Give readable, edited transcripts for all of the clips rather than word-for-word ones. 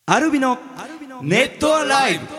アルビのネットアライブ。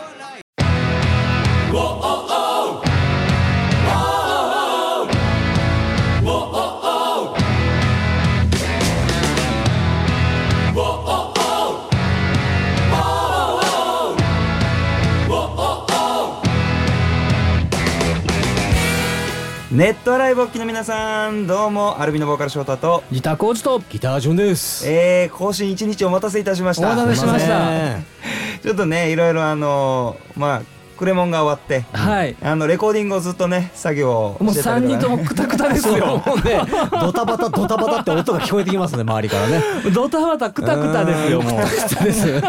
ネットアライブお聞きの皆さん、どうもアルビのボーカル翔太とギターコーチとギタージョンです。 更新1日お待たせいたしました。 お待たせしました。 ちょっとね、いろいろクレモンが終わって、 はい、 レコーディングをずっとね作業をしてたりとか、ね、 もう3人ともクタクタですよ。 もうね、ドタバタドタバタって音が聞こえてきますね、周りからね。 ドタバタクタクタですよ。もうクタクタです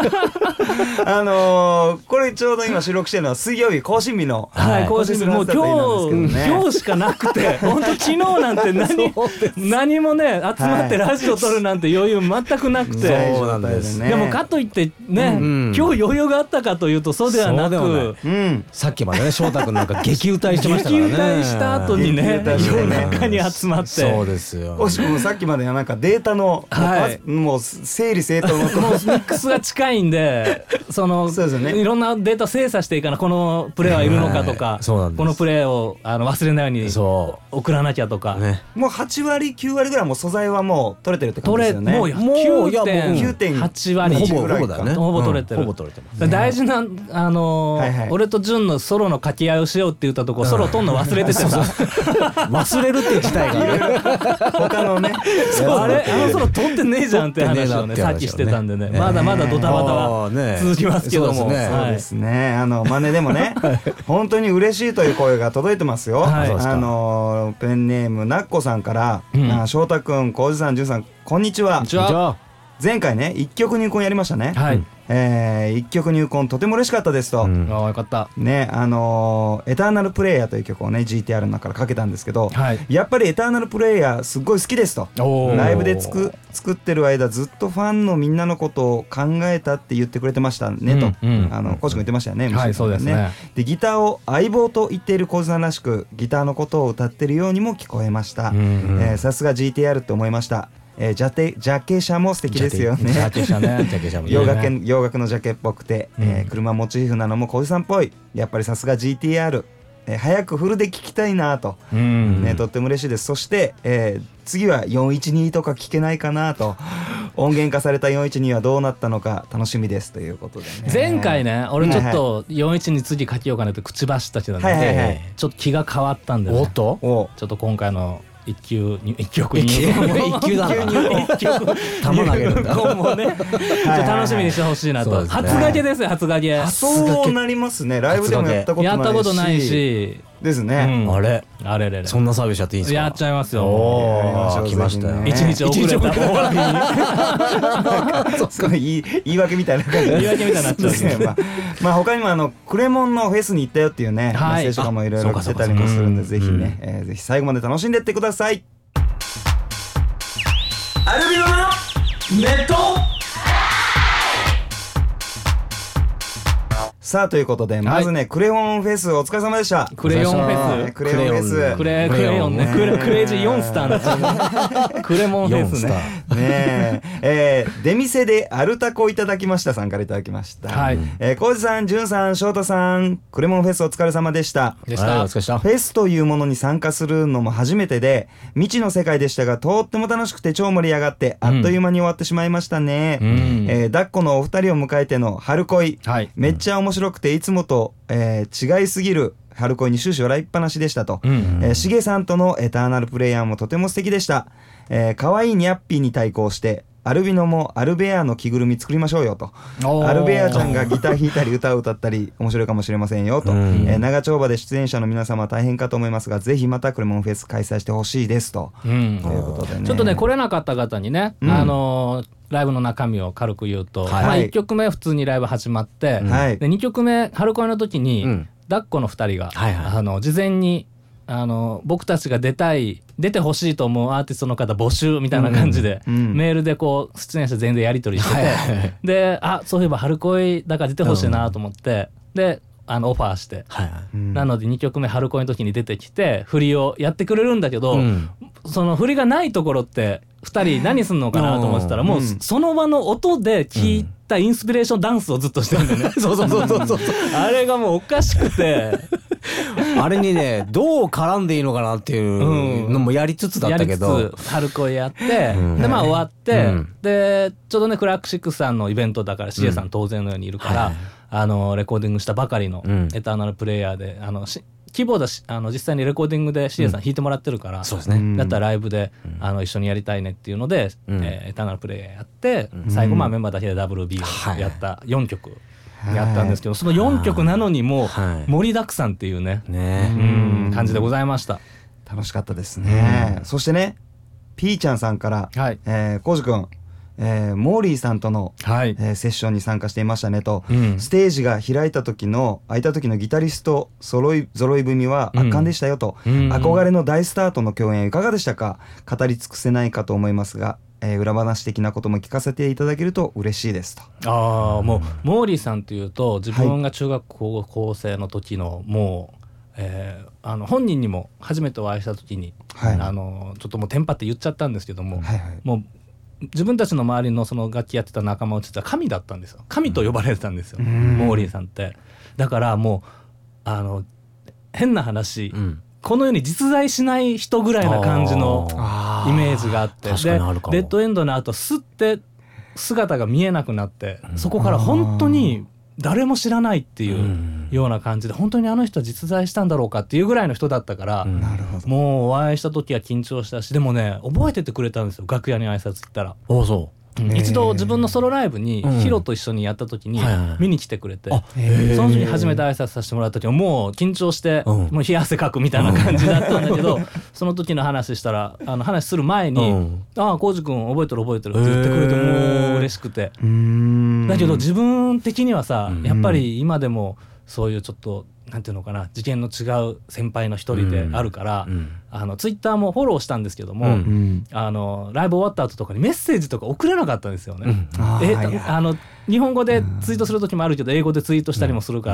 これちょうど今収録してるのは水曜日、更新日の、 はい、更新日もう今日しかなくて、本当昨日なんて何もね集まってラジオ撮るなんて余裕全くなくて、 そうなんですね。 でもかといってね、今日余裕があったかというとそうではなく、 さっきまでね翔太くんなんか激歌いしてましたからね。 激歌いした後にね、夜中に集まって、 そうですよ。 もしもさっきまでなんかデータの、もう整理整頓のもうミックスが近いんで、そうですね、いろんなデータ精査していかな、このプレーはいるのかとか、このプレーを忘れないように送らなきゃとか、 もう8割9割ぐらいもう素材はもう取れてるって感じですよね。 もう 9.8 割ほぼ取れてる。大事な俺とジュンのソロの掛け合いをしようって言ったとこ、ソロ取んの忘れててさ、 忘れるって事態が他のね、 あれソロ取ってねえじゃんって話をねさっきしてたんでね、まだまだドタバタは続きますけども、そうですね。でもね本当に嬉しいという声が届いてますよ。ペンネームなっこさんから、翔太くん、こうじさん、じゅんさん、こんにちは。前回ね一曲入魂やりましたね。一曲入魂とても嬉しかったですと。 よかったね。エターナルプレイヤーという曲をね GTR の中からかけたんですけど、やっぱりエターナルプレイヤーすっごい好きですと。ライブで作ってる間ずっとファンのみんなのことを考えたって言ってくれてましたねと、コーチ君言ってましたよね。 そうですね。 でギターを相棒と言っているコーチさんらしく、ギターのことを歌ってるようにも聞こえました。さすが GTR って思いました。ジャケ写も素敵ですよね。洋楽のジャケっぽくて、車モチーフなのも小路さんっぽい。やっぱりさすが GTR、早くフルで聴きたいなと、とっても嬉しいです。そして、次は412とか聴けないかなと、音源化された412はどうなったのか楽しみですということでね。 前回ね俺ちょっと412次書きようかなって口走ったけどね、ちょっと気が変わったんでね、ちょっと今回の一球だな。一球球投げるんだ。 今後ね楽しみにしてほしいなと。初掛けですよ、初掛け。 そうなりますね。ライブでもやったことないしですね。 あれそんなサービスやっていいんですか？ やっちゃいますよ。 来ましたよ。 一日遅れた終わりに言い訳みたいな感じ。 言い訳みたいになっちゃうね。 他にもクレモンのフェスに行ったよっていうねメッセージとかもいろいろ来てたりもするんで、ぜひねぜひ最後まで楽しんでってください。アルビノのネット。さあということで、まずねクレヨンフェスお疲れ様でした。 クレヨンフェス、 クレヨンフェス、 クレヨンね、クレイジー4スターになっちゃう。クレモンフェスね。出店でアルタコいただきましたさんからいただきました。コウジさん、ジュンさん、翔太さん、クレモンフェスお疲れ様でした。フェスというものに参加するのも初めてで未知の世界でしたが、とっても楽しくて超盛り上がってあっという間に終わってしまいましたね。抱っこのお二人を迎えての春恋、めっちゃ面白くていつもと、違いすぎる春恋に終始笑いっぱなしでしたと。しげさんとのエターナルプレイヤーもとても素敵でした。可愛いニャッピーに対抗してアルビノもアルベアの着ぐるみ作りましょうよと。アルベアちゃんがギター弾いたり歌を歌ったり面白いかもしれませんよと。長丁場で出演者の皆様は大変かと思いますが、ぜひまたクレモンフェス開催してほしいですと。ということでね、 ちょっとね来れなかった方にね、ライブの中身を軽く言うと、1曲目普通にライブ始まって、で2曲目春恋の時に、抱っこの2人が、事前に僕たちが出てほしいと思うアーティストの方募集みたいな感じで、メールでこう出演者全然やり取りしてて、でそういえば春恋だから出てほしいなと思って、でオファーして、なので2曲目春恋の時に出てきて振りをやってくれるんだけど、その振りがないところって2人何すんのかなと思ってたら、もうその場の音で聞いたインスピレーションダンスをずっとしてるんだよね。そうあれがもうおかしくてあれにねどう絡んでいいのかなっていうのもやりつつだったけど、 やりつつ春恋やって、でまあ終わって、でちょうどねクラックシックスさんのイベントだから CA さん当然のようにいるから、レコーディングしたばかりのエターナルプレイヤーでキーボード実際にレコーディングで CA さん弾いてもらってるから、そうですね、だったらライブで一緒にやりたいねっていうので、エターナルプレイヤーやって、最後まあメンバーだけで WB をやった4曲やったんですけど、その4曲なのにもう盛りだくさんっていうね、感じでございました。 楽しかったですね。そしてね、ピーちゃんさんから、コウジ君、モーリーさんとの、セッションに参加していましたねと、ステージが開いた時のギタリスト揃い踏みは圧巻でしたよと、憧れの大スターとの共演いかがでしたか。語り尽くせないかと思いますが、裏話的なことも聞かせていただけると嬉しいですと。 もうモーリーさんというと自分が中学高校生の時のもう、本人にも初めてお会いした時に、ちょっともうテンパって言っちゃったんですけども、もう自分たちの周りのその楽器やってた仲間を実は神だったんですよ。神と呼ばれてたんですよ、モーリーさんって。だからもう変な話、この世に実在しない人ぐらいな感じのイメージがあって、でレッドエンドの後スッて姿が見えなくなって、そこから本当に誰も知らないっていうような感じで、本当にあの人は実在したんだろうかっていうぐらいの人だったから、もうお会いした時は緊張したし、でもね覚えててくれたんですよ。楽屋に挨拶行ったら。一度自分のソロライブにヒロと一緒にやった時に見に来てくれて、その時に初めて挨拶させてもらった時はもう緊張してもう冷や汗かくみたいな感じだったんだけど、その時の話したら話する前に「ああ浩司君覚えてる覚えてる」って言ってくれて、もう嬉しくて。だけど自分的にはさ、やっぱり今でもそういうちょっとなんていうのかな、次元の違う先輩の一人であるから、ツイッターもフォローしたんですけども、ライブ終わった後とかにメッセージとか送れなかったんですよね。日本語でツイートする時もあるけど英語でツイートしたりもするから、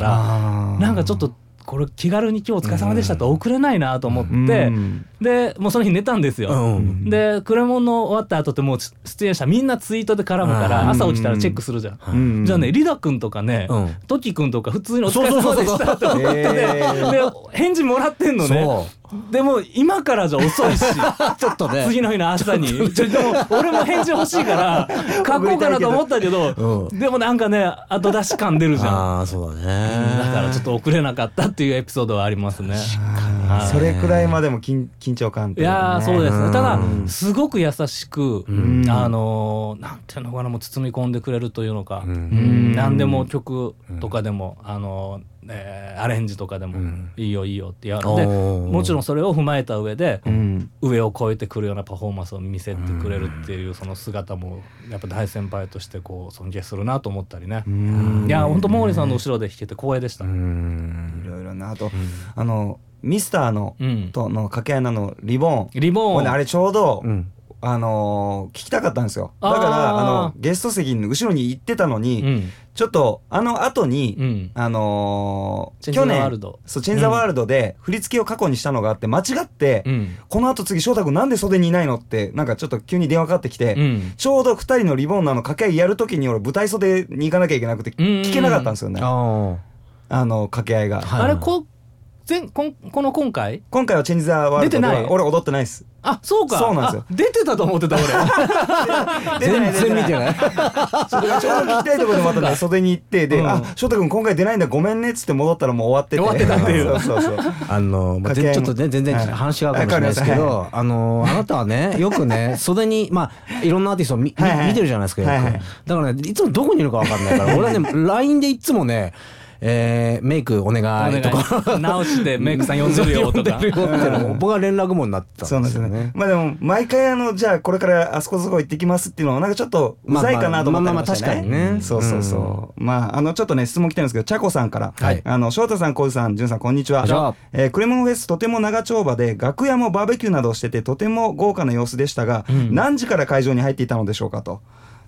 なんかちょっとこれ気軽に今日お疲れ様でしたって送れないなと思って、でもうその日寝たんですよ。でクレモンの終わった後ってもう出演者みんなツイートで絡むから朝起きたらチェックするじゃん。じゃあねリダ君とかね、トキ君とか普通にお疲れ様でしたと思ってで返事もらってんのね。でも今からじゃ遅いしちょっとね次の日の朝にでも俺も返事欲しいから書こうかなと思ったけど、でもなんかね後出し感出るじゃん。 そうだね。 だからちょっと送れなかったっていうエピソードはありますね。 それくらいまでも緊張感っていうね。 いやそうですね。ただすごく優しくなんていうのかな、もう包み込んでくれるというのか、何でも曲とかでもアレンジとかでもいいよいいよってやるので、もちろんそれを踏まえた上で上を越えてくるようなパフォーマンスを見せてくれるっていうその姿もやっぱ大先輩としてこう尊敬するなと思ったりね。いや本当毛利さんの後ろで弾けて光栄でした。いろいろな。あとミスターのとの掛け合いのリボンあれちょうど聞きたかったんですよ。だからゲスト席の後ろに行ってたのに、ちょっと後に去年チェンザワールドで振り付けを過去にしたのがあって、間違ってこの後次翔太君なんで袖にいないのってなんかちょっと急に電話かかってきて、ちょうど2人のリボンの掛け合いやるときに俺舞台袖に行かなきゃいけなくて聞けなかったんですよね、掛け合いが。 あれこの今回はチェンジザワールドでは俺踊ってないです。 あ、そうか。 そうなんですよ。 出てたと思ってた俺。 全然見てない。 それがちょうど聞きたいところでまたね袖に行ってで、翔太君今回出ないんだごめんねっつって戻ったらもう終わってたっていう。 そう。 ちょっとね全然話が合うかもしれないですけど、あなたはねよくね袖にいろんなアーティストを見てるじゃないですか。だからねいつもどこにいるか分かんないから俺はね LINE でいつもねメイクお願いとか直してメイクさん呼んでるよとか僕は連絡網になってたんですよね。 でも毎回じゃあこれからあそこ行ってきますっていうのはなんかちょっとうざいかなと思ったりましたね。 確かにね。 そうちょっとね質問来てるんですけど、チャコさんから翔太さん、浩司さん、淳さんこんにちは。クレモンフェスとても長丁場で楽屋もバーベキューなどをしててとても豪華な様子でしたが、何時から会場に入っていたのでしょうかと。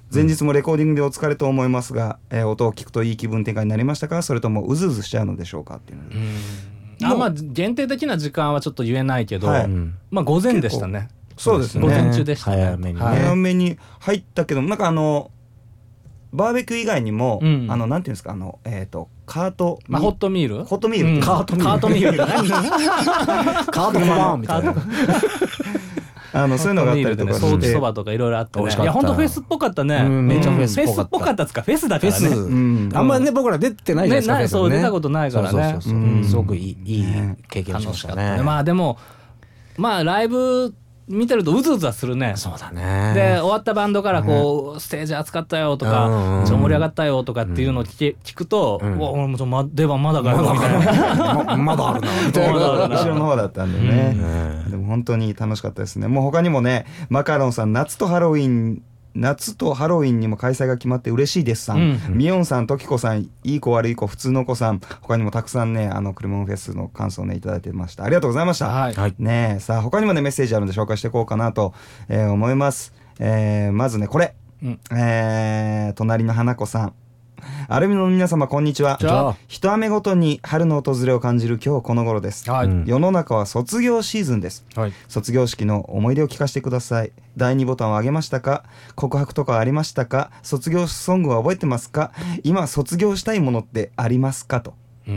前日もレコーディングでお疲れと思いますが、音を聞くといい気分転換になりましたか、それともうずうずしちゃうのでしょうかっていうまあ限定的な時間はちょっと言えないけど、まあ午前でしたね。 そうですね、 午前中でしたね。 早めに入ったけど、なんかバーベキュー以外にも、なんていうんですか、カート、 まあ、ホットミールカートミールカートミールカートマンみたいなそういうのがあったりとかして、 ソーキそばとかいろいろあってね、いや本当フェスっぽかったね。 めっちゃフェスっぽかったっつか、フェスだからね。 あんまりね僕ら出てないじゃないですか。 そう出たことないからね。 すごくいい経験しましたね。 まあでもまあライブ見てるとうずうずはするね。 そうだね。 で終わったバンドからこうステージ熱かったよとか超盛り上がったよとかっていうのを聞くと、俺も出番まだかよみたいな、 まだあるなみたいな後ろの方だったんでね。でも本当に楽しかったですね。もう他にもね、マカロンさん夏とハロウィンにも開催が決まって嬉しいですさん、ミヨンさん、トキコさん、いい子悪い子普通の子さん、他にもたくさんねクレモンフェスの感想をねいただいてました。ありがとうございました。ね、さあ他にもねメッセージあるんで紹介していこうかなと、思います。まずねこれ、隣の花子さん、アルミの皆様こんにちは。一雨ごとに春の訪れを感じる今日この頃です。世の中は卒業シーズンです。卒業式の思い出を聞かせてください。第2ボタンを上げましたか？告白とかありましたか？卒業ソングは覚えてますか？今卒業したいものってありますかと。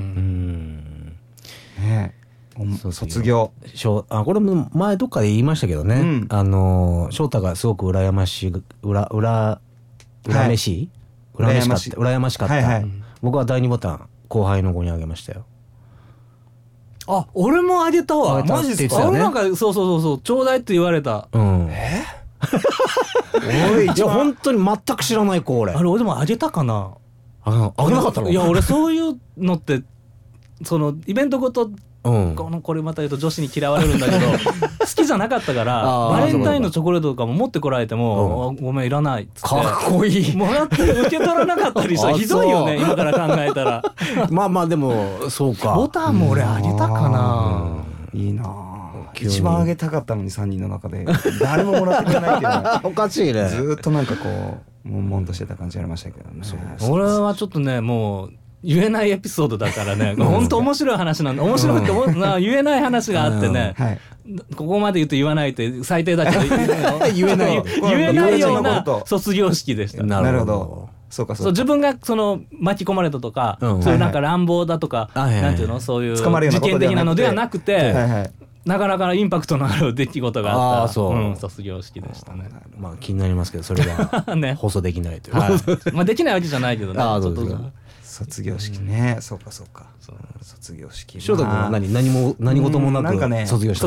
卒業、 これも前どっかで言いましたけどね、翔太がすごく羨ましかった、僕は第2ボタン後輩の子にあげましたよ。 あ、俺もあげたわ。 マジですか？ 俺なんかそうちょうだいって言われた。 いや本当に全く知らない子。俺でもあげたかな。 あげなかったの？ いや俺そういうのってそのイベントごとこれまた言うと女子に嫌われるんだけど好きじゃなかったからバレンタインのチョコレートとかも持ってこられてもごめんいらないっつってかっこいいもらって受け取らなかったりしたらひどいよね今から考えたら。 まあでもそうか。 ボタンも俺あげたかな。 いいな。一番あげたかったのに3人の中で誰ももらってくれないけど、 おかしいね。 ずっとなんかこう悶々としてた感じありましたけどね。 俺はちょっとねもう言えないエピソードだからね本当面白い話なんだ。面白くて言えない話があってね、ここまで言うと言わないって最低だけど言えないような卒業式でした。 なるほど。そう自分がその巻き込まれたとか、そういうなんか乱暴だとか、なんていうのそういう事件的なのではなくて、なかなかインパクトのある出来事があった卒業式でしたね。 まあ気になりますけどそれは放送できないという。 まあできないわけじゃないけどね。 卒業式ね、そうか卒業式。 翔太君は何事もなく卒業した。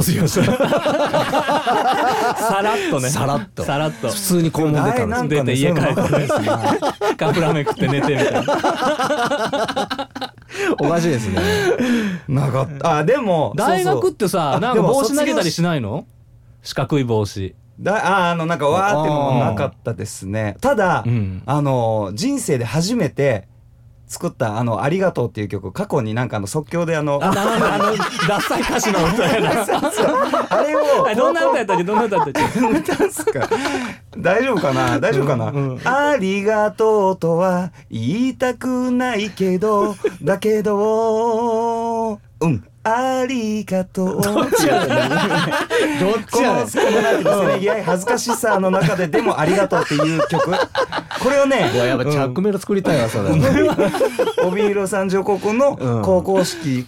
さらっとね。 さらっと普通に校門出たんです。 出て家帰ってカップラーメン食って寝てみたいな。 おかしいですね。 なかった。でも大学ってさなんか帽子投げたりしないの？四角い帽子。 なんかわーってもなかったですね。ただ人生で初めて作ったありがとうっていう曲、過去になんか即興でダサい歌詞の歌やなあれをどんな歌やったっけ歌すか大丈夫かな、ありがとうとは言いたくないけどだけどありがとう。どっちやねん。このなんていうのせめぎ合い恥ずかしさの中ででもありがとうっていう曲。これをね、 やっぱチャックメロ作りたいわそれ。 帯広三条高校の高校式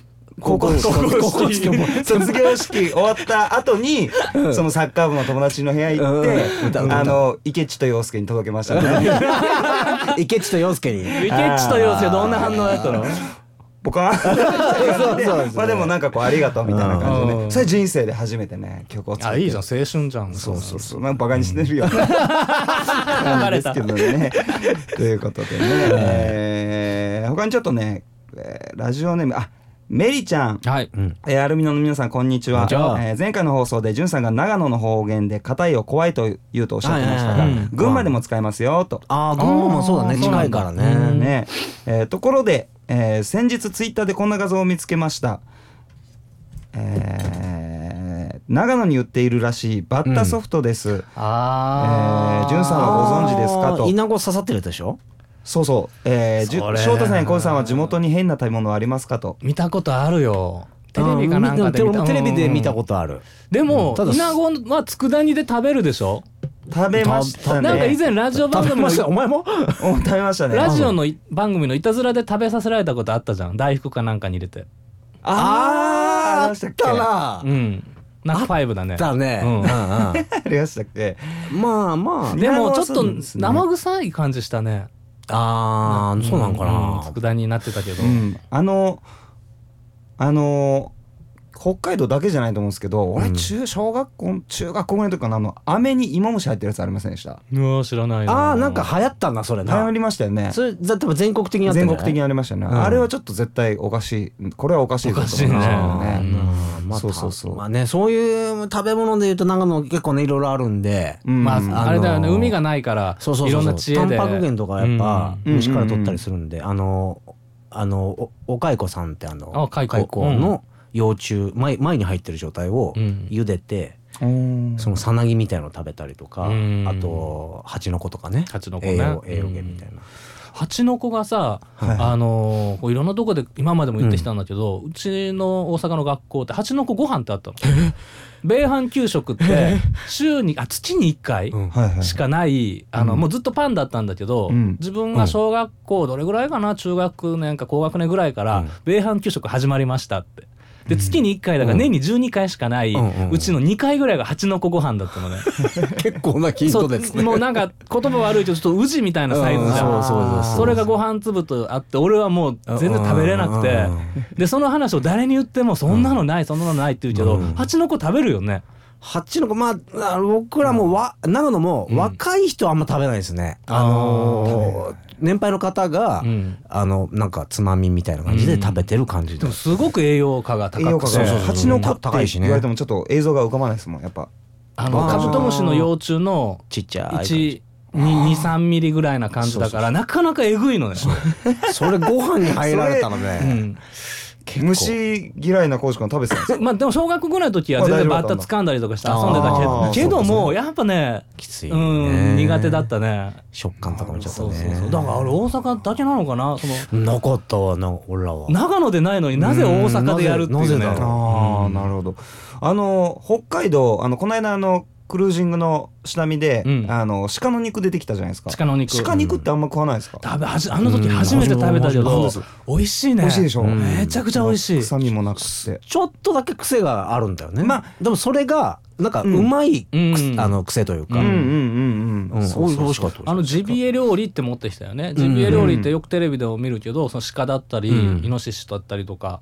卒業式終わった後にそのサッカー部の友達の部屋行って池地と陽介に届けましたね。 池地と陽介どんな反応だったの？ ポカーンまあでもなんかこうありがとうみたいな感じでね、それ人生で初めてね曲を作って。 いいじゃん、青春じゃん。 そうなんかバカにしてるよなんですけどね。ということでね、他にちょっとねラジオネームメリちゃん、アルミノの皆さんこんにちは。前回の放送でじゅんさんが長野の方言で硬いを怖いと言うとおっしゃってましたが、群馬でも使えますよと。 群馬もそうだね、近いからね。 ところで先日ツイッターでこんな画像を見つけました。 長野に売っているらしいバッタソフトです。じゅんさんはご存知ですかと。 イナゴ刺さってるでしょ。 そうそう。翔太さんやコウさんは地元に変な食べ物はありますかと。 見たことあるよ。テレビかなんかで見た。 テレビで見たことある。 でもイナゴは佃煮で食べるでしょ。 食べましたね。 なんか以前ラジオ番組のお前も食べましたね。 ラジオの番組のいたずらで食べさせられたことあったじゃん。大福かなんかに入れて。 あったな。 ナック5だね。 だね。 ありましたっけ。 まあでもちょっと生臭い感じしたね。 そうなんかな。 佃煮になってたけど。 北海道だけじゃないと思うんですけど、俺中学校ぐらいの時かな、飴に芋虫入ってるやつありませんでした？ 知らないな。 なんか流行ったなそれな。 流行りましたよね。 それだって全国的にあったんじゃない？ 全国的にありましたね。あれはちょっと絶対おかしい。これはおかしいことだね。そうそうそう。 まあね、そういう食べ物でいうと長野結構ねいろいろあるんで、 あれだよね、海がないからいろんな知恵でタンパク源とかやっぱ虫から取ったりするんで、お蚕さんって蚕の幼虫前に入ってる状態を茹でて、そのさなぎみたいのを食べたりとか、あと蜂の子とかね、栄養源みたいな。 蜂の子がさ、いろんなとこで今までも言ってきたんだけど、うちの大阪の学校って蜂の子ご飯ってあったの。米飯給食って月に1回しかない、もうずっとパンだったんだけど、自分が小学校どれぐらいかな、中学年か高学年ぐらいから米飯給食始まりましたって。で月に1回だから年に12回しかない、うちの2回ぐらいが蜂の子ご飯だったのね。 結構な頻度ですね。 もうなんか言葉悪いけどちょっと宇治みたいなサイズじゃん。それがご飯粒とあって、俺はもう全然食べれなくて、でその話を誰に言ってもそんなのないそんなのないって言うけど、蜂の子食べるよね。 蜂の子、僕らも長野も若い人はあんま食べないですね。年配の方がなんかつまみみたいな感じで食べてる感じで。 でもすごく栄養価が高くて、 蜂の子って言われてもちょっと映像が浮かばないですもんやっぱ。 カブトムシの幼虫のちっちゃい 123ミリぐらいな感じだから、なかなかえぐいのね。 それご飯に入られたらね。 虫嫌いなコウジ君食べてたんですか？ でも小学校ぐらいの時は全然バッタ掴んだりとかして遊んでたけどもやっぱねきついね、 苦手だったね。 食感とかもちょっとね。 だからあれ大阪だけなのかな。 なかったわな、俺らは。 長野でないのになぜ大阪でやるっていうね。 なるほど。北海道この間クルージングの下見で、鹿の肉出てきたじゃないですか。 鹿肉ってあんま食わないですか？ あの時初めて食べたけど美味しいね。 美味しいでしょ。 めちゃくちゃ美味しい。 臭みもなくてちょっとだけ癖があるんだよね。でもそれがなんかうまい癖というか、美味しかった。 ジビエ料理って持ってきたよね。ジビエ料理ってよくテレビでも見るけど、その鹿だったりイノシシだったりとか、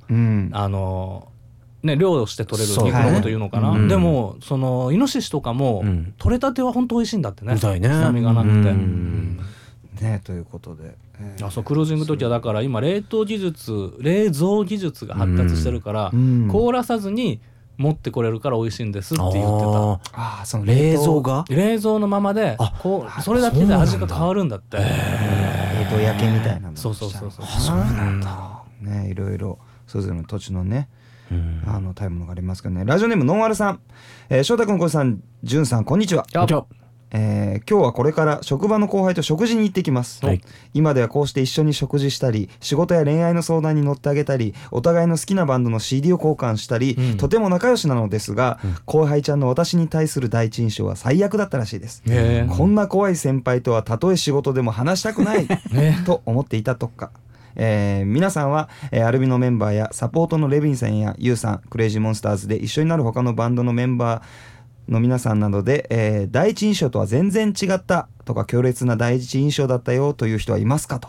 漁をして取れる肉のこと言うのかな。でもそのイノシシとかも取れたては本当美味しいんだってね。臭みがなくてね。ということで、 クルージング時はだから今冷蔵技術が発達してるから、凍らさずに持ってこれるから美味しいんですって言ってた。 その冷蔵のままでそれだけで味が変わるんだって。 冷凍焼けみたいなの。 そうそうなんだね。いろいろそれぞれの土地のね食べ物がありますけどね。ラジオネームノンアルさん、翔太君、小井さん、じゅんさん、こんにちは。今日はこれから職場の後輩と食事に行ってきます、今ではこうして一緒に食事したり、仕事や恋愛の相談に乗ってあげたり、お互いの好きなバンドの CD を交換したり、とても仲良しなのですが、後輩ちゃんの私に対する第一印象は最悪だったらしいです。こんな怖い先輩とはたとえ仕事でも話したくないと思っていたとか。皆さんは、アルビのメンバーやサポートのレビンさんやユウさん、クレイジーモンスターズで一緒になる他のバンドのメンバーの皆さんなどで、第一印象とは全然違ったとか強烈な第一印象だったよという人はいますかと。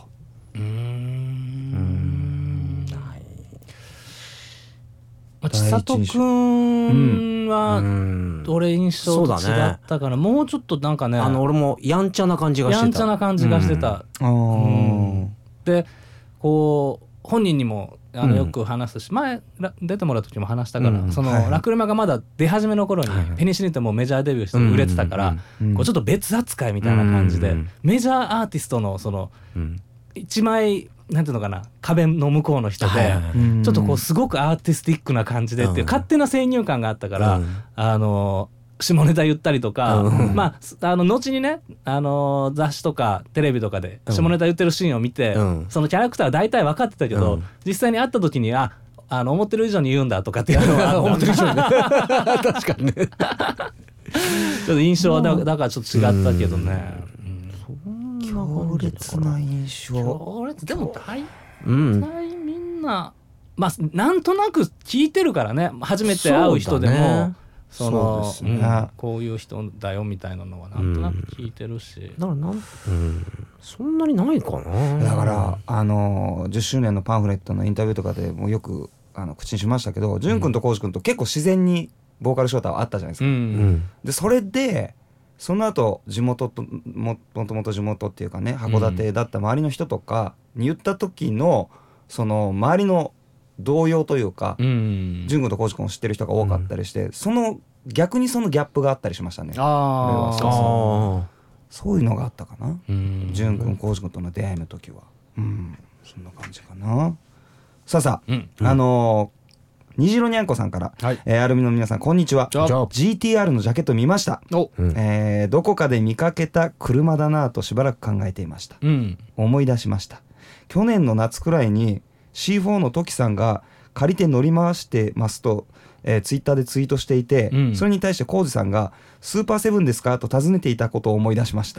千里くんは俺印象と違ったから、もうちょっとなんかね、 俺もやんちゃな感じがしてた。でこう本人にもよく話すし、前出てもらった時も話したから、そのラクレマがまだ出始めの頃にペニシリンってもうメジャーデビューして売れてたから、こうちょっと別扱いみたいな感じで、メジャーアーティストのその一枚なんていうのかな、壁の向こうの人で、ちょっとこうすごくアーティスティックな感じでっていう勝手な先入観があったから、下ネタ言ったりとか、まあ後にね、雑誌とかテレビとかで下ネタ言ってるシーンを見て、そのキャラクターは大体分かってたけど、実際に会った時に思ってる以上に言うんだとかっていうのは思ってる以上に確かにねちょっと印象はだからちょっと違ったけどね、 強烈な印象。 強烈でも大体みんな、まあなんとなく聞いてるからね、初めて会う人でもこういう人だよみたいなのはなんとなく聞いてるし、 だからそんなにないかな。 だから10周年のパンフレットのインタビューとかでもよく口にしましたけど、淳君と浩司君と結構自然にボーカルショーターはあったじゃないですか。でそれでその後地元ともともと地元っていうかね、函館だった周りの人とかに言った時のその周りの動揺というか、淳君と浩司君を知ってる人が多かったりして、逆にそのギャップがあったりしましたね。そういうのがあったかな、淳君浩司君との出会いの時は。そんな感じかな。さあ虹色にゃんこさんから、アルミの皆さんこんにちは。 GTR のジャケット見ました。どこかで見かけた車だなとしばらく考えていました。思い出しました。去年の夏くらいに C4 のトキさんが借りて乗り回してますと、ツイッターでツイートしていて、それに対して浩司さんがスーパーセブンですかと尋ねていたことを思い出しました。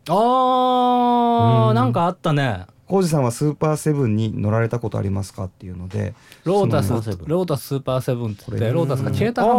なんかあったね。 浩司さんはスーパーセブンに乗られたことありますかっていうので、 ロータススーパーセブンって言って、ロータスがケータハム、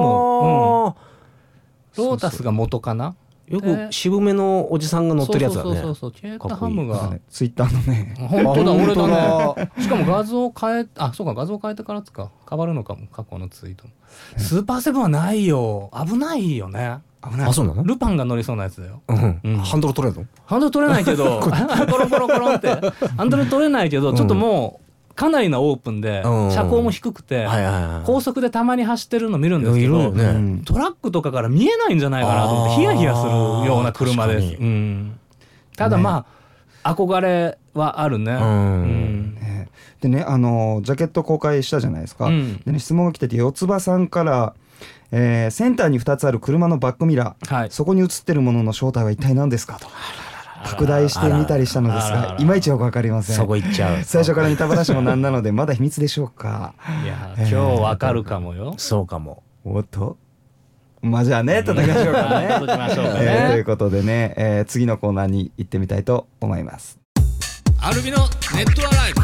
ロータスが元かな。 よく渋めのおじさんが乗ってるやつだね。 そうケータハムがツイッターのね、 本当だ俺だね。しかも画像変えそうか、画像変えてからか変わるのかも、過去のツイート。スーパーセブンはないよ、危ないよね。 そうなの？ ルパンが乗りそうなやつだよ。 ハンドル取れるの？ ハンドル取れないけどコロコロコロってハンドル取れないけど、ちょっともうかなりのオープンで、車高も低くて、高速でたまに走ってるの見るんですけど、トラックとかから見えないんじゃないかなと思ってヒヤヒヤするような車です。ただまあ憧れはあるね。 でね、ジャケット公開したじゃないですか。でね、質問が来てて、四つ葉さんからセンターに2つある車のバックミラー、そこに映ってるものの正体は一体何ですかと拡大してみたりしたのですが、いまいちよく分かりません。 そこ行っちゃう。 最初からネタ話もなんなのでまだ秘密でしょうか。 いや今日分かるかもよ。 そうかも。 おっと、まあじゃあね、叩きましょうかね。ということでね、次のコーナーに行ってみたいと思います。 アルビのネットアライブ。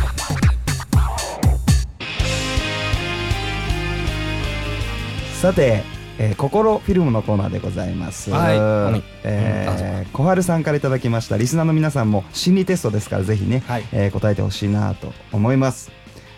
さて、心フィルムのコーナーでございます。小春さんからいただきました。リスナーの皆さんも心理テストですからぜひね、答えてほしいなと思います。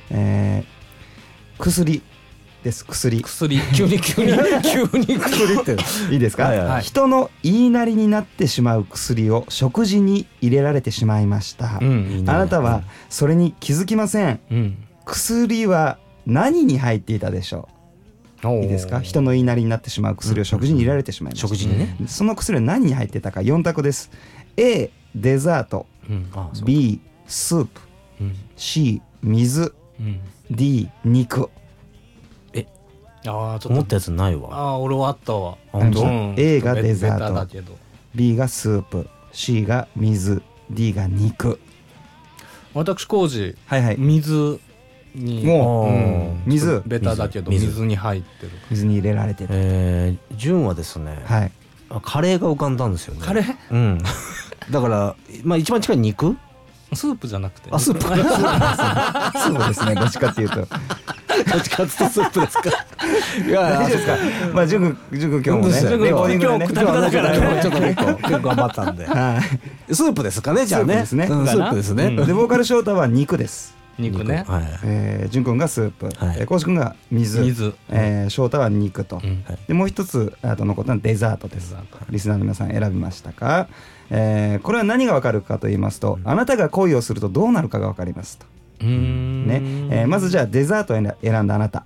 薬です。薬急に薬っていいですか？人の言いなりになってしまう薬を食事に入れられてしまいました。あなたはそれに気づきません。薬は何に入っていたでしょう？いいですか？人の言いなりになってしまう薬を食事に入れられてしまいました。 食事にね。 その薬は何に入ってたか4択です。 A デザート、B スープ、C 水、D 肉。 ちょっと思ったやつないわ。 俺はあったわ。 A がデザート、B がスープ、C が水、D が肉。 私浩司、水に、 もう水ベタだけど水に入ってる。 水に入れられてる。 純はですね、カレーが浮かんだんですよね。 カレー？ だからまあ一番近い肉？ スープじゃなくて。 スープ。 そうですね。どっちかっていうと。 どっちかってスープですか。 いや大丈夫ですか。まあ純君今日もね。 今日くたくただからね。 ちょっと結構頑張ったんで。スープですかね、じゃあね。 スープですね。 でボーカルショーターは肉です。 肉ね。 純君がスープ、浩司君が水、翔太は肉と、でもう一つ残ったのはデザートです。リスナーの皆さん選びましたか？これは何が分かるかと言いますと、あなたが恋をするとどうなるかが分かりますと。まずじゃあデザートを選んだあなた、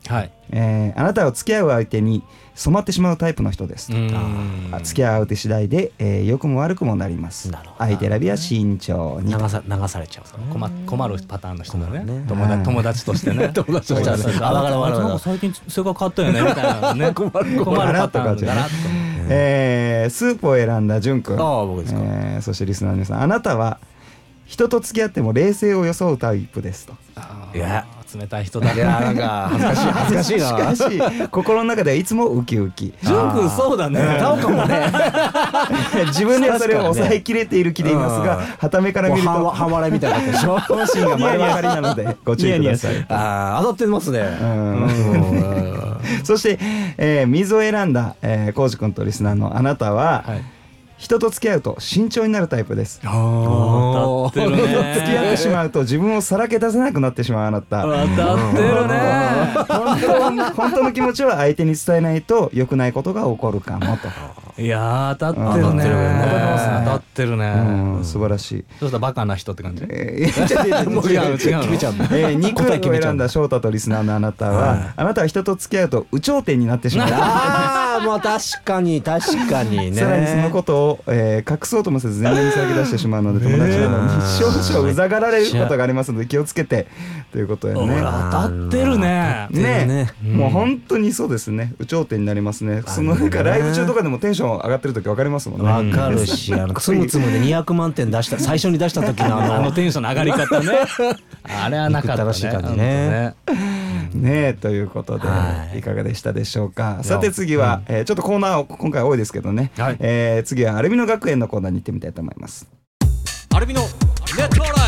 あなたは付き合う相手に染まってしまうタイプの人です。付き合う相手次第で、良くも悪くもなります。相手選びは慎重に。 流されちゃう。 困るパターンの人だね。友達としてね。友達としてね。なんか最近性格変わったよねみたいなね。困るパターンだなと。 スープを選んだ淳君。 僕ですか。 そしてリスナーの皆さん、あなたは人と付き合っても冷静を装うタイプですと。 いや冷たい人だね。 なんか恥ずかしいな。 しかし心の中ではいつもウキウキ。 淳君そうだね。 タオかもね。 自分ではそれを抑えきれている気でいますが、傍目から見ると半笑いみたいなでしょ。 本心が丸分かりなのでご注意ください。 当たってますね。 そして、水を選んだコウジ君とリスナーのあなたは、人と付き合うと慎重になるタイプです。 当たってるね。 付き合ってしまうと自分をさらけ出せなくなってしまうあなた。 当たってるね。 本当の気持ちは相手に伝えないと良くないことが起こるかもと。 いや当たってるね。当たってるね。 素晴らしい。 そうしたらバカな人って感じ。 違う。肉を選んだ翔太とリスナーのあなたは、あなたは人と付き合うと有頂天になってしまう。 もう確かにね。 さらにそのことを隠そうともせず全面にさらけ出してしまうので、友達などに少々うざがられることがありますので気をつけてということやね。 当たってるね。 もう本当にそうですね。有頂天になりますね。そのなんかライブ中とかでもテンション上がってる時分かりますもんね。 分かるし、つむつむで200万点出した最初に出した時のあのテンションの上がり方ね。あれはなかったね。 ねということで、いかがでしたでしょうか。さて次は、ちょっとコーナー今回多いですけどね、次はアルミの学園のコーナーに行ってみたいと思います。 アルミのネットライ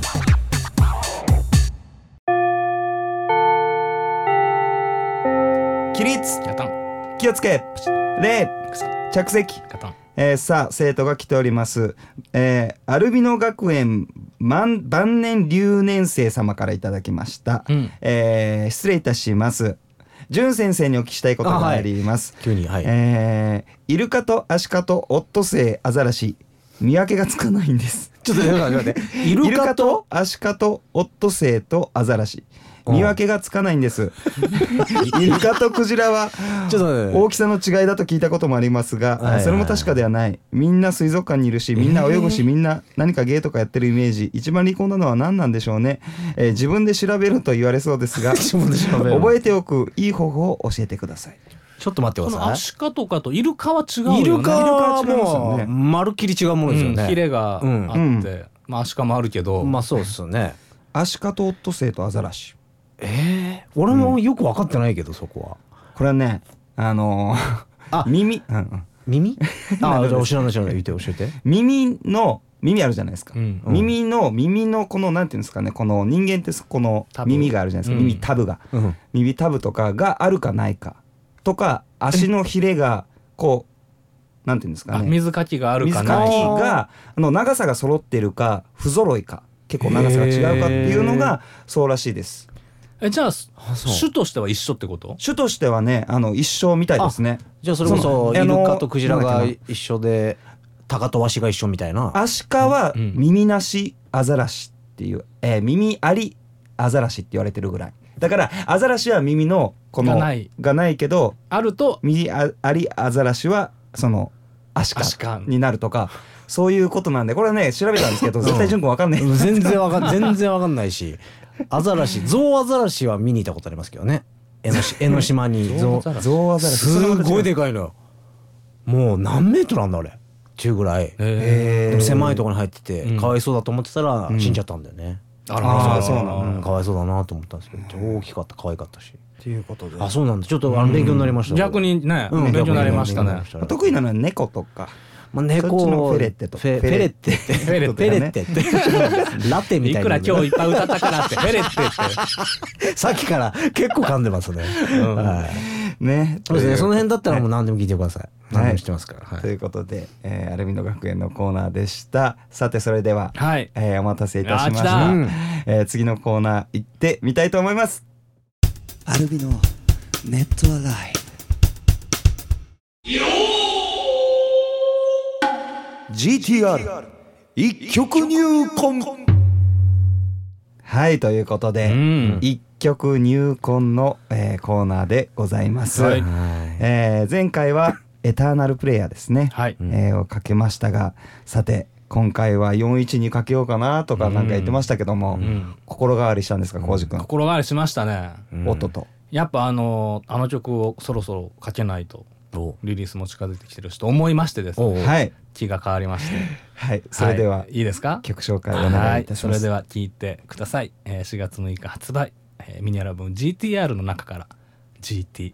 ブ。起立、気をつけ、礼、着席。さあ生徒が来ております。アルビノ学園晩年留年生様からいただきました。失礼いたします。淳先生にお聞きしたいことがあります。 急に、 イルカとアシカとオットセイアザラシ見分けがつかないんです。 ちょっと待って。 イルカとアシカとオットセイとアザラシ見分けがつかないんです。イルカとクジラは大きさの違いだと聞いたこともありますが、それも確かではない。みんな水族館にいるし、みんな泳ぐし、みんな何か芸とかやってるイメージ。一番利口なのは何なんでしょうね。自分で調べると言われそうですが覚えておくいい方法を教えてください。 ちょっと待ってください。 アシカとかとイルカは違うよね。 イルカはもうまるっきり違うものですよね。 ヒレがあって、アシカもあるけど、 そうですよね。 アシカとオットセイとアザラシ。 俺もよく分かってないけど、そこは。 これはね、耳。 耳？じゃあ知らない言って教えて。 耳あるじゃないですか。耳のこのなんていうんですかね、この人間ってこの耳があるじゃないですか。耳タブが、耳タブとかがあるかないかとか、足のヒレがこうなんていうんですかね。 水かきがあるかないか。 水かきが長さが揃っているか不揃いか、結構長さが違うかっていうのがそうらしいです。 じゃあ種としては一緒ってこと？ 種としてはね一緒みたいですね。 じゃあそれこそイルカとクジラが一緒でタカとワシが一緒みたいな。 アシカは耳なしアザラシっていう、耳ありアザラシって言われてるぐらいだから、アザラシは耳のこのがないけど、 あると耳ありアザラシはそのアシカになるとか、そういうことなんで、これはね調べたんですけど絶対淳君分かんない。 全然分かんないし、アザラシ、ゾウアザラシは見に行ったことありますけどね。江ノ島にゾウアザラシすごいでかいのよ。もう何メートルあんだあれ中ぐらい。でも狭いところに入っててかわいそうだと思ってたら死んじゃったんだよね。 ああそうなの。 かわいそうだなと思ったんですけど、大きかった、可愛かったしっていうことで。 あ、そうなんだ。ちょっと勉強になりました。 逆にね、勉強になりましたね。 得意なのは猫とか、 猫、 フェレッテとフェレッテってラテみたいな。 いくら今日いっぱい歌ったからってフェレッテってさっきから結構噛んでますね。 ね。 そうですね。その辺だったらもう何でも聞いてください。何でも知ってますから。 ということで、アルミノ学園のコーナーでした。さてそれではお待たせいたしました。次のコーナー行ってみたいと思います。アルミノネットアライブ。GTR 一曲入魂。はい、ということで、一曲入魂の、コーナーでございます、はい。前回はエターナルプレイヤーですね、はい。をかけましたが、さて今回は412かけようかなとかなんか言ってましたけども、心変わりしたんですか、浩司君。 心変わりしましたね。 おっとと、 やっぱあの曲をそろそろかけないと、リリースも近づいてきてるしと思いましてですね、はい、気が変わりまして、 はい、それでは、 いいですか、 曲紹介お願いいたします。 それでは聴いてください。4月6日発売、ミニアルバム GTR の中から GTR。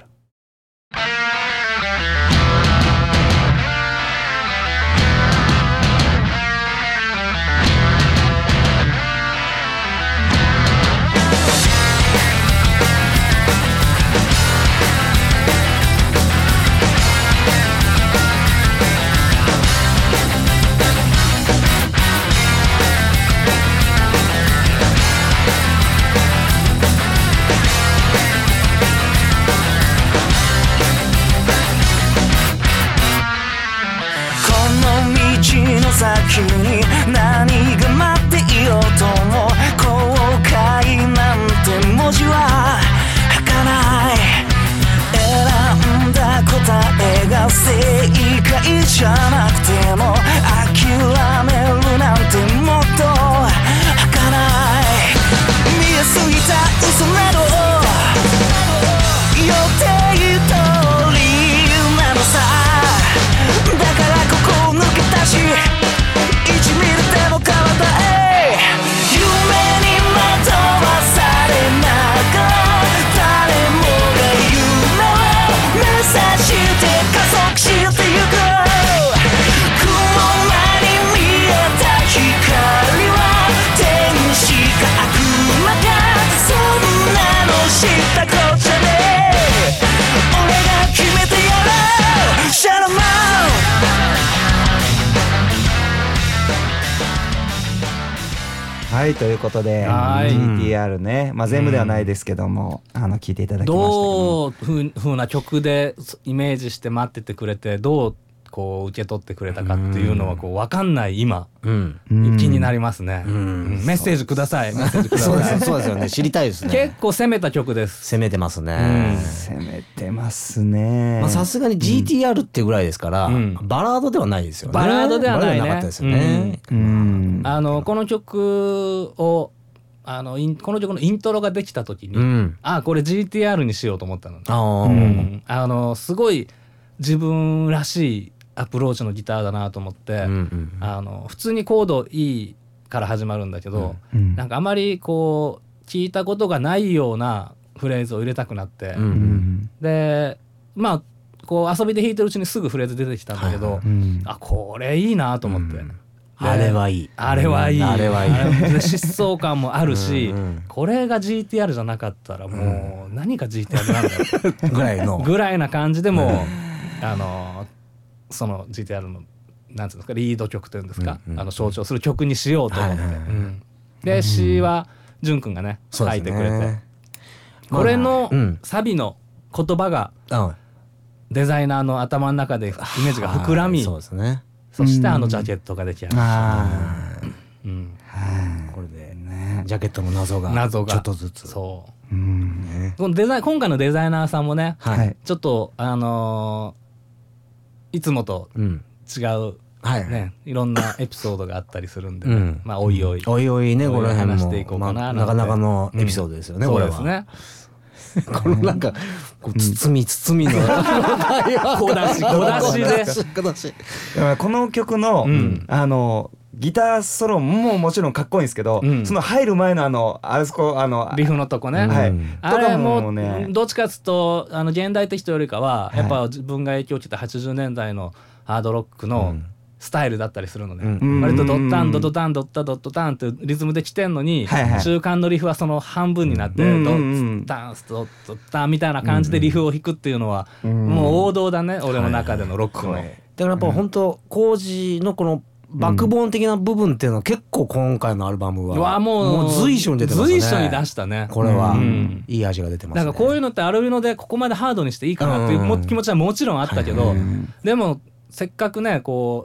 先に何が待っていようとも後悔なんて文字は吐かない。選んだ答えが正解じゃなくても諦めるなんてもっと儚い。見えすぎた嘘など予定通りなのさ。だからここ抜け出し1ミリでも変わった夢に惑わされながら誰もが夢を目指して加速してゆく。雲間に見えた光は天使か悪魔か、そんなの知ったこっちゃね。俺が決めてやるシャラマン。 はい、ということで GTR ね、まあ、全部ではないですけども、聴いていただきましたけども、 どうふうな曲でイメージして待っててくれて、どうこう受け取ってくれたかっていうのはこう分かんない今、気になりますね。メッセージください。メッセージください。 そうですよね、知りたいですね。 結構攻めた曲です。 攻めてますね。 攻めてますね。 さすがに GTR っていうぐらいですから、バラードではないですよね。 バラードではないね。 なかったですよね。 この曲をこの曲のイントロができた時に、これ GTR にしようと思ったの。すごい自分らしいアプローチのギターだなと思って、普通にコード E から始まるんだけど、なんかあまりこう聞いたことがないようなフレーズを入れたくなって、でまあこう遊びで弾いてるうちにすぐフレーズ出てきたんだけど、これいいなと思って、 あれはいい、 あれはいい、疾走感もあるし、これが GTR じゃなかったらもう何が GTR なんだぐらいな感じでもその GTR のなんていうんですか、リード曲というんですか、象徴する曲にしようと思って、で詩は淳くんがね書いてくれて、これのサビの言葉がデザイナーの頭の中でイメージが膨らみ、そしてジャケットが出来上がる。 これでジャケットの謎がちょっとずつ、 この今回のデザイナーさんもね、ちょっといつもと違うね、いろんなエピソードがあったりするんで、まあおいおいね、これ話していこうかな。 なかなかのエピソードですよね。 そうですね。 このなんか包みの小出しで、この曲のギターソロももちろんかっこいいんですけど、その入る前のあそこリフのとこね、あれもどっちかっつうと現代的というよりかはやっぱ自分が影響を受けた80年代のハードロックのスタイルだったりするのね、割とドッタンドドタンドッタドットタンってリズムで来てんのに、中間のリフはその半分になってドッタンスドットタンみたいな感じでリフを弾くっていうのはもう王道だね、俺の中でのロックの。だからやっぱ本当浩司のこのバックボーン的な部分っていうのは結構今回のアルバムはもう随所に出てますね。 随所に出したね。 これはいい味が出てますね。 なんかこういうのってアルビノでここまでハードにしていいかなっていう気持ちはもちろんあったけど、でもせっかくねこう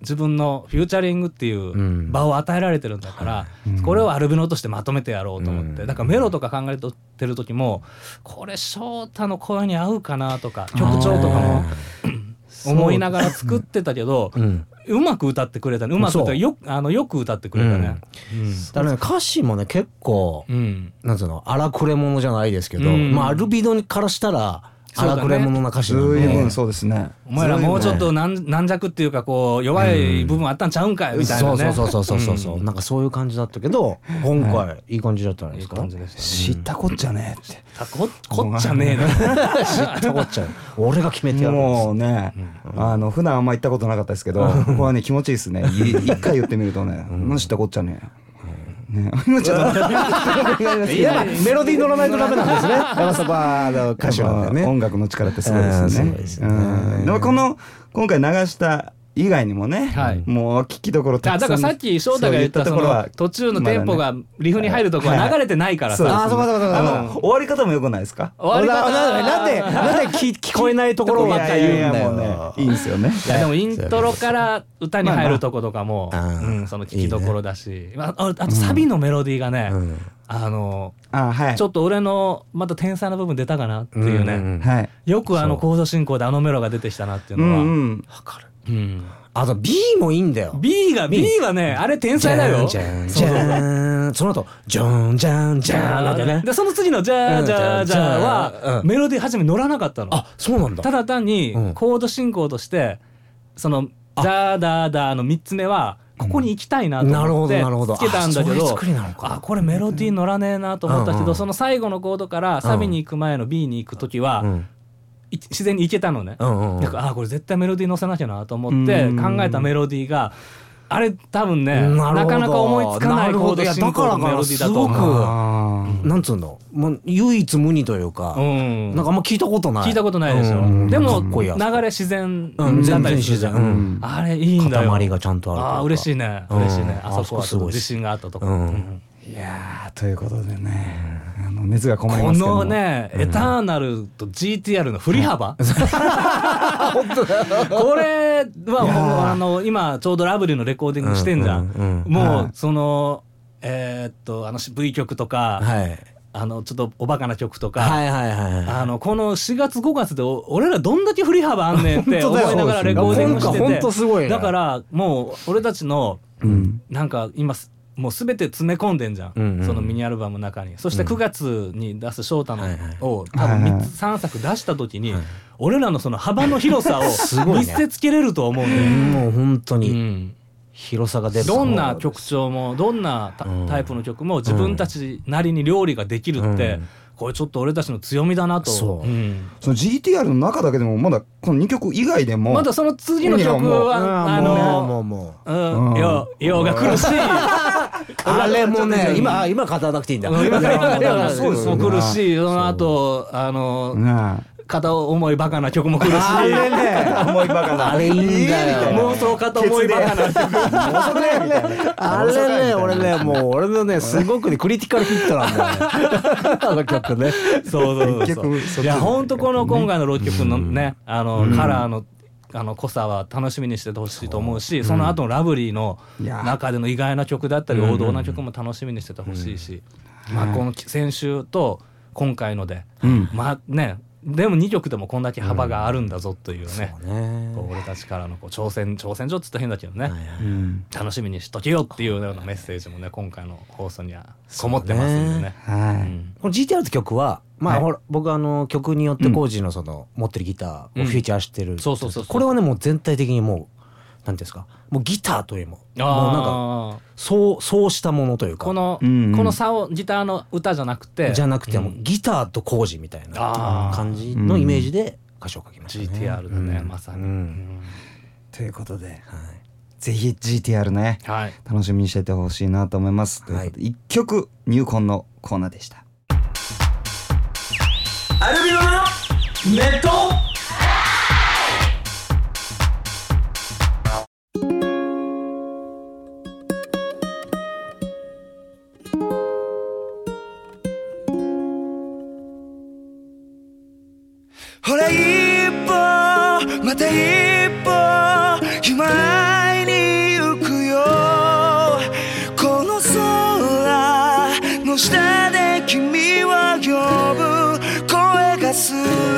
自分のフューチャリングっていう場を与えられてるんだから、これをアルビノとしてまとめてやろうと思って、だからメロとか考えてる時もこれ翔太の声に合うかなとか曲調とかも思いながら作ってたけど、うまく歌ってくれたね。うまく歌ってよく歌ってくれたね。 だからね、歌詞もね結構、なんつうの、荒くれ者じゃないですけど、まあアルビノからしたら荒くれ者な歌詞なんで、 そうですね。 お前らもうちょっと軟弱っていうかこう弱い部分あったんちゃうんかいみたいなね。 そうなんかそういう感じだったけど、今回いい感じだったんですか。 知ったこっちゃねえって。 こっちゃねえな。 知ったこっちゃねえ。俺が決めてやる。 もうね、普段あんま言ったことなかったですけど、ここはね気持ちいいですね。一回言ってみるとね、知ったこっちゃねえ。今ちょっとメロディー乗らないとダメなんですね。やっぱそこは歌手なんでね。 音楽の力ってすごいですね。でも今回流した以外にもね、もう聞きどころたくさん。 だからさっき翔太が言ったその途中のテンポがリフに入るとこは流れてないからさ。 終わり方も良くないですか。 終わり方なんで聞こえないところばっかり言うんだよ。 いいんですよね。 でもイントロから歌に入るとことかもその聞きどころだし、あとサビのメロディーがね、ちょっと俺のまた天才の部分出たかなっていうね。よくコード進行でメロが出てきたなっていうのは分かる。 あと B もいいんだよ。 B はね、あれ天才だよ。 じゃんじゃん、その後ジョンジャンジャンなんてね。 でその次のジャージャージャーはメロディー初め乗らなかったの。 あ、そうなんだ。 ただ単にコード進行としてそのジャーダーダーの3つ目はここに行きたいなと思ってつけたんだけど、これメロディー乗らねえなと思ったけど、その最後のコードからサビに行く前の B に行く時は自然にいけたのね。だからこれ絶対メロディー乗せなきゃなと思って考えたメロディーがあれ多分ね、なかなか思いつかないコード進行のメロディーだと思う。 なんつうの、もう唯一無二というか、なんかあんま聞いたことない。 聞いたことないでしょ。でも流れ自然だったりするじゃん。あれいいんだよ。 塊がちゃんとある。 嬉しいね、嬉しいね。あそこは自信があったとこ。 いやということでね、熱がこもりますけども、 このね、エターナルと GTR の振り幅、これは今ちょうどラブリーのレコーディングしてんじゃん。もうそのV 曲とか、ちょっとおバカな曲とか、この4月5月で俺らどんだけ振り幅あんねんって思いながらレコーディングしてて、だからもう俺たちのなんか今もう全て詰め込んでんじゃん、そのミニアルバムの中に。そして9月に出す翔太のを多分3作出した時に俺らのその幅の広さを見せつけれると思うんだよ。 もう本当に広さが出る。 どんな曲調もどんなタイプの曲も自分たちなりに料理ができるってこれちょっと俺たちの強みだなと。 その GTR の中だけでもまだこの2曲以外でもまだその次の曲はようが来るしあれもね今語らなくていいんだ。 そうです来るし、その後片思いバカな曲も来るし、 あれね、思いバカなあれいいんだよ。 妄想片思いバカな曲あれね、俺のねすごくねクリティカルヒットなんだよあの曲ね。 そういや本当この今回の6曲のねカラーの濃さは楽しみにしててほしいと思うし、その後のラブリーの中での意外な曲だったり王道な曲も楽しみにしててほしいし、この先週と今回のででも2曲でもこんだけ幅があるんだぞというね、俺たちからの挑戦状っつったら変だけどね、楽しみにしとけよっていうようなメッセージもね今回の放送にはこもってますんでね。 この GTR って曲は僕曲によってコージのその持ってるギターをフューチャーしてる。これはねもう全体的にもうなんていうんですか、もうギターというよりももうなんかそうしたものというか、 この差をギターの歌じゃなくてもうギターとコージみたいな感じのイメージで歌詞を書きましたね。 GTR だね、まさに。 ということでぜひ GTR ね楽しみにしててほしいなと思います。ということで1曲入魂のコーナーでした。 アルビノのネットほら一歩また一歩前にの下で君を呼ぶ声がする。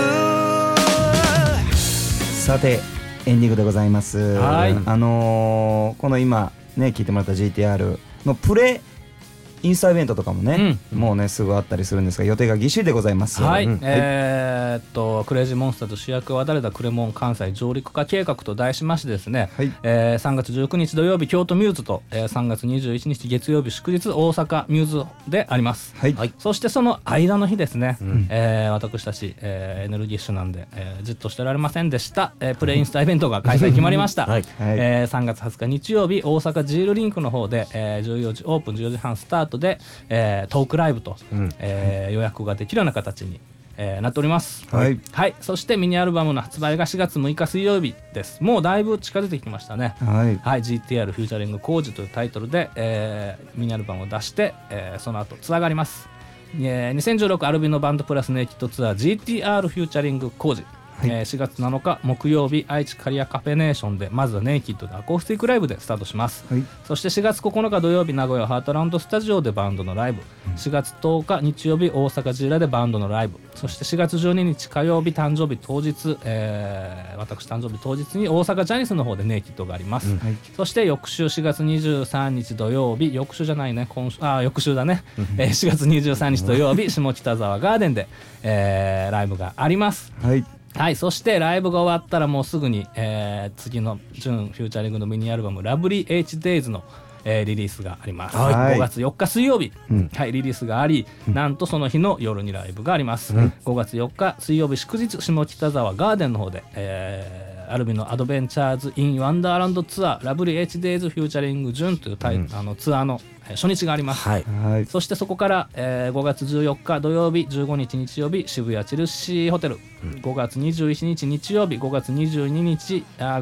さてエンディングでございます。 はい、 この今ね聞いてもらった GTR のプレインスタイベントとかもね、もうねすぐあったりするんですが予定がぎっしりでございます。 はい、クレイジーモンスターと主役は誰だクレモン関西上陸化計画と題しましてですね、はい、3月19日土曜日京都ミューズと、3月21日月曜日祝日大阪ミューズであります。はい、そしてその間の日ですね、私たち、エネルギッシュなんで、じっとしてられませんでした、プレインスタイベントが開催決まりました。はい、3月20日日曜日大阪ジールリンクの方で、14時オープン14時半スタートで、トークライブと、予約ができるような形に、なっております。はい、はい、そしてミニアルバムの発売が4月6日水曜日です。もうだいぶ近づいてきましたね。はい、はい、GTR フューチャリングコージというタイトルで、ミニアルバムを出して、その後ツアーがあります。2016アルビノバンドプラスネイキッドツアー GTR フューチャリングコージ、はい、4月7日木曜日愛知カリアカフェネーションでまずはネイキッドでアコースティックライブでスタートします。はい、そして4月9日土曜日名古屋ハートランドスタジオでバンドのライブ、4月10日日曜日大阪ジーラでバンドのライブ、そして4月12日火曜日誕生日当日、私誕生日当日に大阪ジャニスの方でネイキッドがあります。はい、そして翌週4月23日土曜日翌週じゃないね翌週だね、4月23日土曜日下北沢ガーデンで、ライブがあります。はい、はい、そしてライブが終わったらもうすぐに、次の準フューチャリングのミニアルバムラブリー H Days の、リリースがあります。はい、5月4日水曜日、はい、リリースがあり、なんとその日の夜にライブがあります。5月4日水曜日祝日下北沢ガーデンの方で、アルビのアドベンチャーズ・イン・ワンダーランドツアーラブリー H Days フューチャリング準というツアーの初日があります。はい、そしてそこから、5月14日土曜日15日日曜日渋谷チェルシーホテル、5月21日日曜日5月22日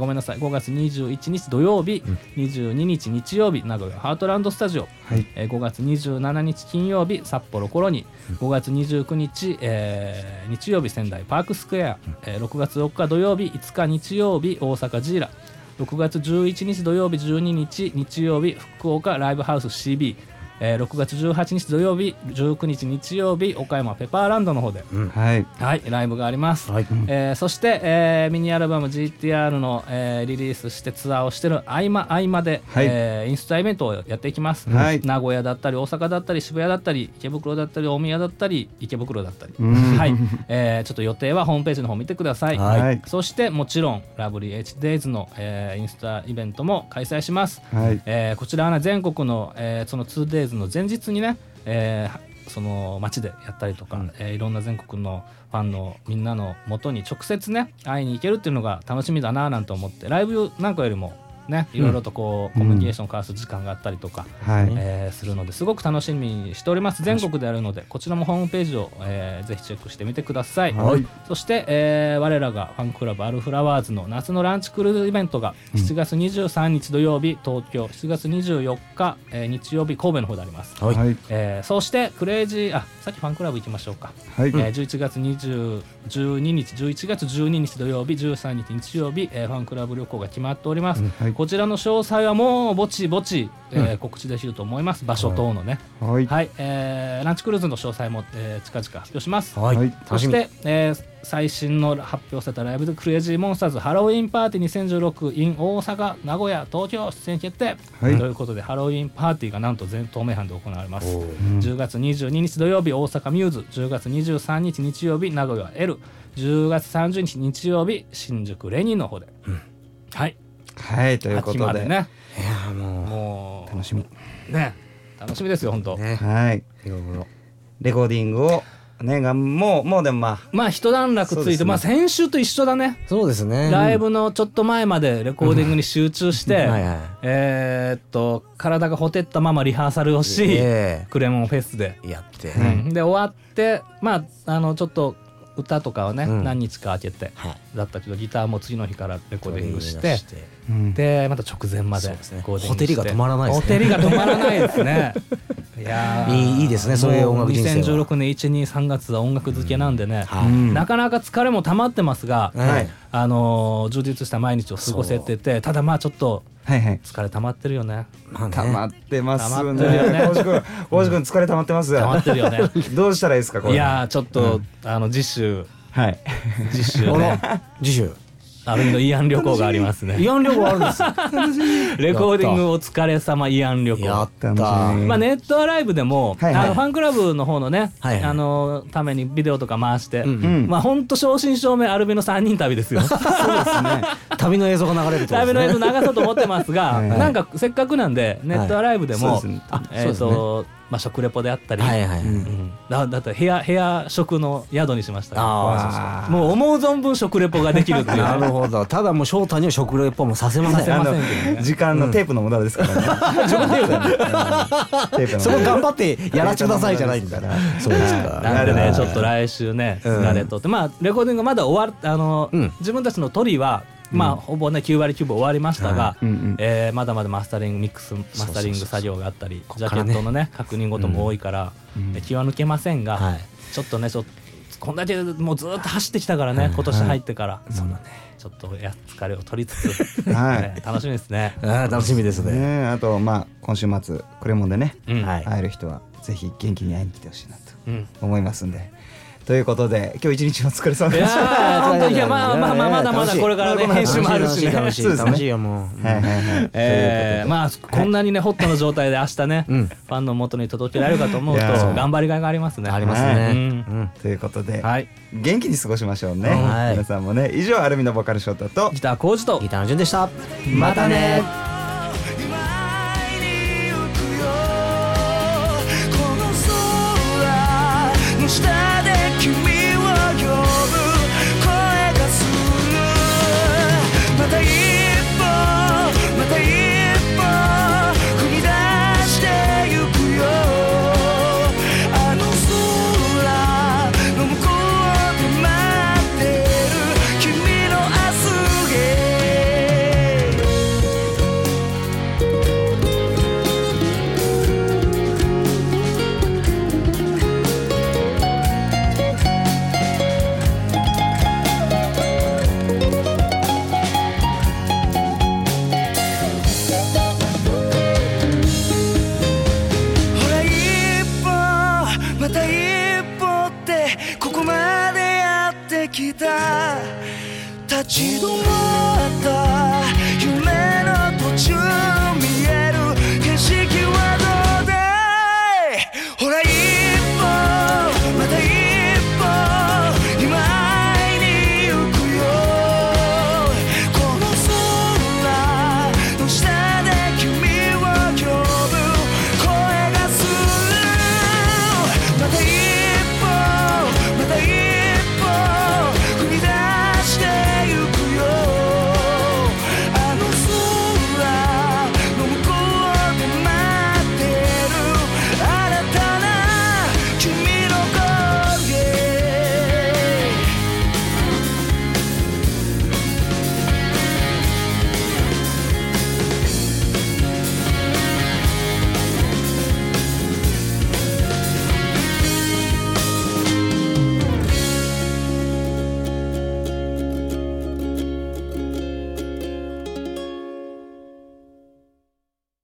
5月21日土曜日、22日日曜日名古屋ハートランドスタジオ、はい、5月27日金曜日札幌コロニー、5月29日、日曜日仙台パークスクエア、6月4日土曜日5日日曜日大阪ジーラ、6月11日土曜日12日日曜日福岡ライブハウス CB、6月18日土曜日19日日曜日岡山ペパーランドの方で、はいはい、ライブがあります。はい、そして、ミニアルバム GTR の、リリースしてツアーをしてる合間で、はい、インスタイベントをやっていきます。はい、名古屋だったり大阪だったり渋谷だったり池袋だったり大宮だったり池袋だったり、はい、ちょっと予定はホームページの方見てください。はい、そしてもちろんラブリー H Days の、インスタイベントも開催します。はい、こちらは、ね、全国の、その 2days の前日にね、その街でやったりとか、いろんな全国のファンのみんなの元に直接ね会いに行けるっていうのが楽しみだななんて思って、ライブなんかよりもね、いろいろとこうコミュニケーションを交わす時間があったりとか、するのですごく楽しみにしております。全国であるのでこちらもホームページを、ぜひチェックしてみてください。はい、そして、我らがファンクラブアルフラワーズの夏のランチクルーズイベントが7月23日土曜日東京、7月24日、日曜日神戸の方であります。はい、そしてクレイジーさっきファンクラブ行きましょうか。はい、11月12日11月12日土曜日13日日曜日、ファンクラブ旅行が決まっております。はい、こちらの詳細はもうぼちぼち、告知できると思います。場所等のね、はいはい、ランチクルーズの詳細も、近々発表します。はい、そして、最新の発表されたライブでクレイジーモンスターズハロウィンパーティー2016 in 大阪名古屋東京出演決定、はい、ということでハロウィンパーティーがなんと全東名阪で行われます。10月22日土曜日大阪ミューズ、10月23日日曜日名古屋 L、 10月30日日曜日新宿レニーの方で、はいはい、ということでね、 いやもう楽しみね、楽しみですよ本当、ね、 はい、レコーディングをねもうでもまあ一段落ついて、ね、先週と一緒だね。 そうですね、 ライブのちょっと前までレコーディングに集中して、はいはい、体がほてったままリハーサルをし、クレモンフェスでやって、 で終わってちょっと歌とかはね、何日か空けて、だったけどギターも次の日からレコーディングして、でまた直前までレコーディングして、 ほてりが止まらないですね。 ほてりが止まらないですね。いいいですね、そういう音楽人生は。 2016年1、2、3月は音楽漬けなんでね、なかなか疲れも溜まってますが、充実した毎日を過ごせてて、ただまあちょっと疲れ溜まってるよね。 溜まってますね。浩司君疲れ溜まってます。 溜まってるよね。 どうしたらいいですかこれ。 いやちょっと次週ね。 次週アルミの慰安旅行がありますね。 慰安旅行あるんですよ。 レコーディングお疲れ様慰安旅行。 やった。 まあネットアライブでもファンクラブの方のねためにビデオとか回して、まあ本当正真正銘アルミの3人旅ですよ。 そうですね。旅の映像が流れると。 旅の映像流そうと思ってますが、なんかせっかくなんでネットアライブでもまあ食レポであったり、だって部屋食の宿にしました。もう思う存分食レポができるっていう。 なるほど。ただもう翔太には食レポもさせません。 時間のテープの無駄ですからね。自分で言うね。そこ頑張ってやらせてくださいじゃないんだな。そうですか。 なんでねちょっと来週ね疲れとってまあレコーディングまだ終わる自分たちのトリはまあほぼね9割9分終わりましたが、まだまだマスタリングミックスマスタリング作業があったり、ジャケットのね確認事も多いから気は抜けませんが、ちょっとねこんだけもうずっと走ってきたからね、今年入ってからちょっと疲れを取りつつ楽しみですね。 楽しみですね。 あとまあ今週末クレモンでね会える人はぜひ元気に会いに来てほしいなと思いますんで。ということで今日一日お疲れ様でした。 本当にまだまだこれからね編集もあるしね。 楽しいよもう。 まあこんなにねホットの状態で明日ねファンの元に届けられるかと思うと頑張りがいがありますね。 ありますね。 ということで元気に過ごしましょうね。皆さんもね。以上アルミのボーカルショートとギター浩司とギターの順でした。 またね。 立ち止まった夢の途中